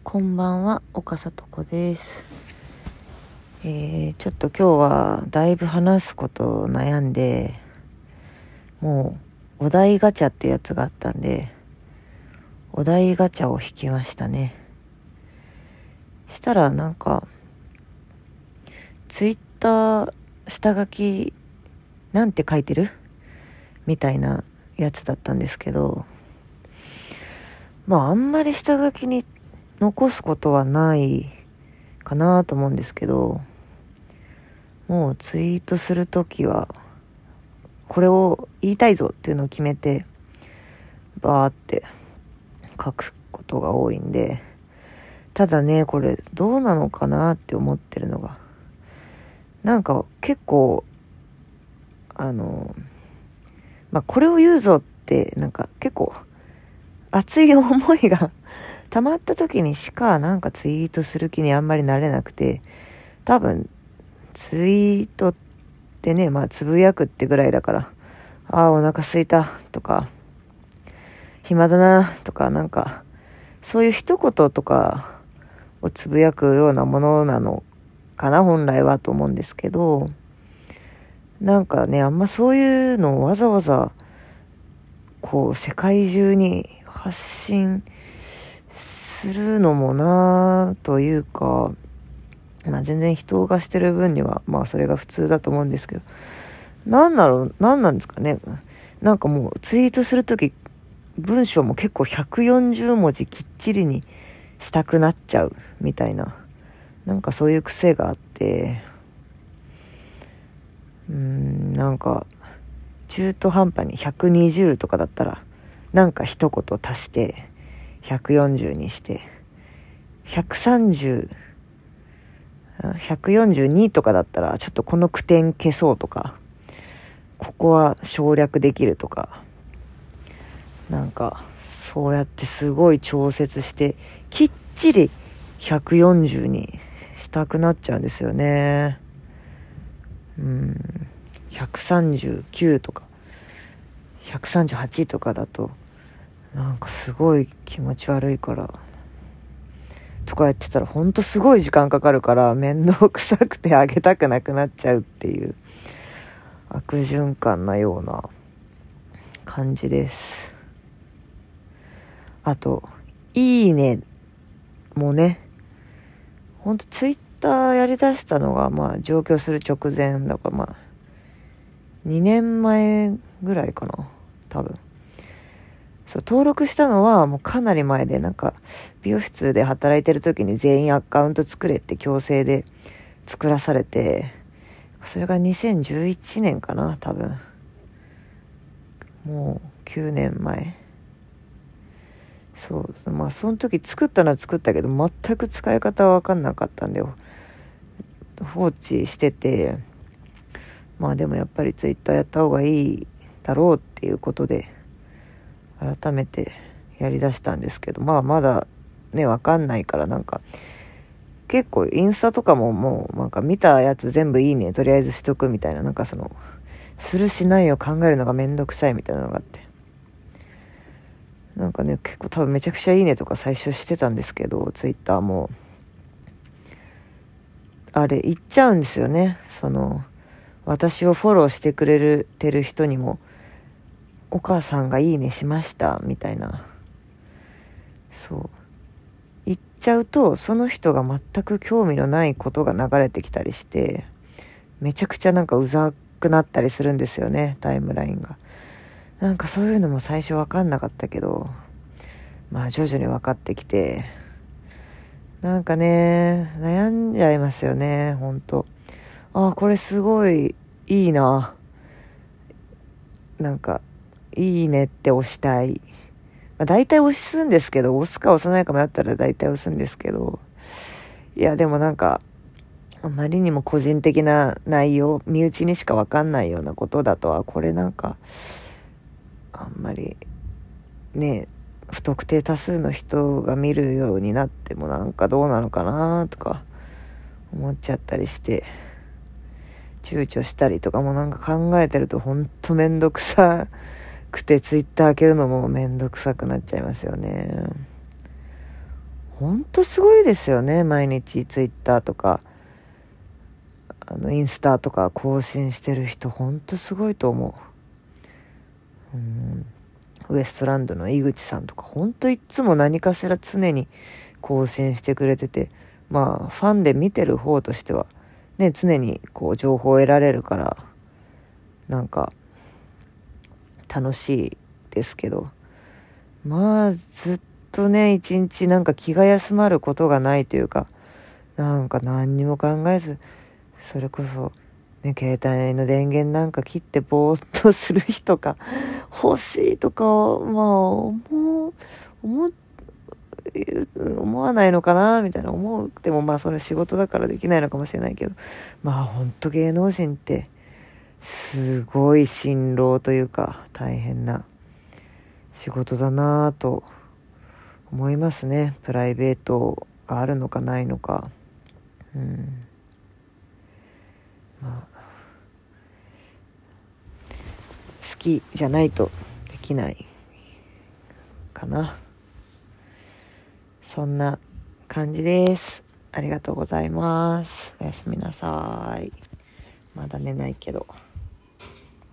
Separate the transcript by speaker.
Speaker 1: こんばんは、岡里子です。ちょっと今日はだいぶ話すことを悩んで、もうお題ガチャってやつがあったんで、お題ガチャを引きましたね。したらなんかツイッター下書きなんて書いてるみたいなやつだったんですけど、あんまり下書きに残すことはないかなと思うんですけど、もうツイートするときはこれを言いたいぞっていうのを決めてバーって書くことが多いんで、ただね、これどうなのかなって思ってるのが、なんか結構これを言うぞってなんか結構熱い思いが溜まった時にしかなんかツイートする気にあんまりなれなくて、多分ツイートってね、つぶやくってぐらいだから、お腹すいたとか暇だなとか、なんかそういう一言とかをつぶやくようなものなのかな、本来はと思うんですけど、なんかね、あんまそういうのをわざわざこう世界中に発信するのもなというか、全然人がしてる分にはそれが普通だと思うんですけど、なんなんですかね。なんかもうツイートするとき文章も結構140文字きっちりにしたくなっちゃうみたいな、なんかそういう癖があって、なんか中途半端に120とかだったらなんか一言足して140にして、142とかだったらちょっとこの句点消そうとか、ここは省略できるとか、なんかそうやってすごい調節してきっちり140にしたくなっちゃうんですよね。139とか138とかだとなんかすごい気持ち悪いからとかやってたら、ほんとすごい時間かかるから面倒くさくてあげたくなくなっちゃうっていう悪循環なような感じです。あといいねもね、ほんとツイッターやりだしたのが上京する直前だから、2年前ぐらいかな多分。そう登録したのはもうかなり前で、なんか美容室で働いてる時に全員アカウント作れって強制で作らされて、それが2011年かな多分。もう9年前。そうその時作ったのは作ったけど全く使い方は分かんなかったんだよ。放置してて、でもやっぱりツイッターやった方がいいだろうっていうことで改めてやりだしたんですけど、まだね分かんないから、なんか結構インスタとかももうなんか見たやつ全部いいねとりあえずしとくみたいな、なんかそのするしないを考えるのがめんどくさいみたいなのがあって、なんかね結構多分めちゃくちゃいいねとか最初してたんですけど、ツイッターもあれ言っちゃうんですよね。その私をフォローしてくれてる人にもお母さんがいいねしましたみたいな、そう言っちゃうとその人が全く興味のないことが流れてきたりして、めちゃくちゃなんかうざくなったりするんですよね、タイムラインが。なんかそういうのも最初分かんなかったけど、徐々に分かってきて、なんかね悩んじゃいますよねほんと。これすごいいいな、なんかいいねって押したい。大体押すんですけど、押すか押さないか迷ったら大体押すんですけど、いやでもなんかあまりにも個人的な内容、身内にしか分かんないようなことだとは、これなんかあんまりね不特定多数の人が見るようになってもなんかどうなのかなとか思っちゃったりして、躊躇したりとかもなんか考えてるとほんとめんどくさくて、ツイッター開けるのもめんどくさくなっちゃいますよね。 ほんとすごいですよね。毎日ツイッターとかインスタとか更新してる人ほんとすごいと思う。ウエストランドの井口さんとかほんといつも何かしら常に更新してくれてて、まあファンで見てる方としてはね、常にこう情報を得られるからなんか楽しいですけど、まあずっとね一日なんか気が休まることがないというか、なんか何にも考えず、それこそね、携帯の電源なんか切ってぼーっとする日とか欲しいとか、まあ思わないのかなみたいな、思ってもまあそれ仕事だからできないのかもしれないけど、まあほんと芸能人ってすごい辛労というか大変な仕事だなぁと思いますね。プライベートがあるのかないのか、まあ好きじゃないとできないかな。そんな感じです。ありがとうございます。おやすみなさい。まだ寝ないけど。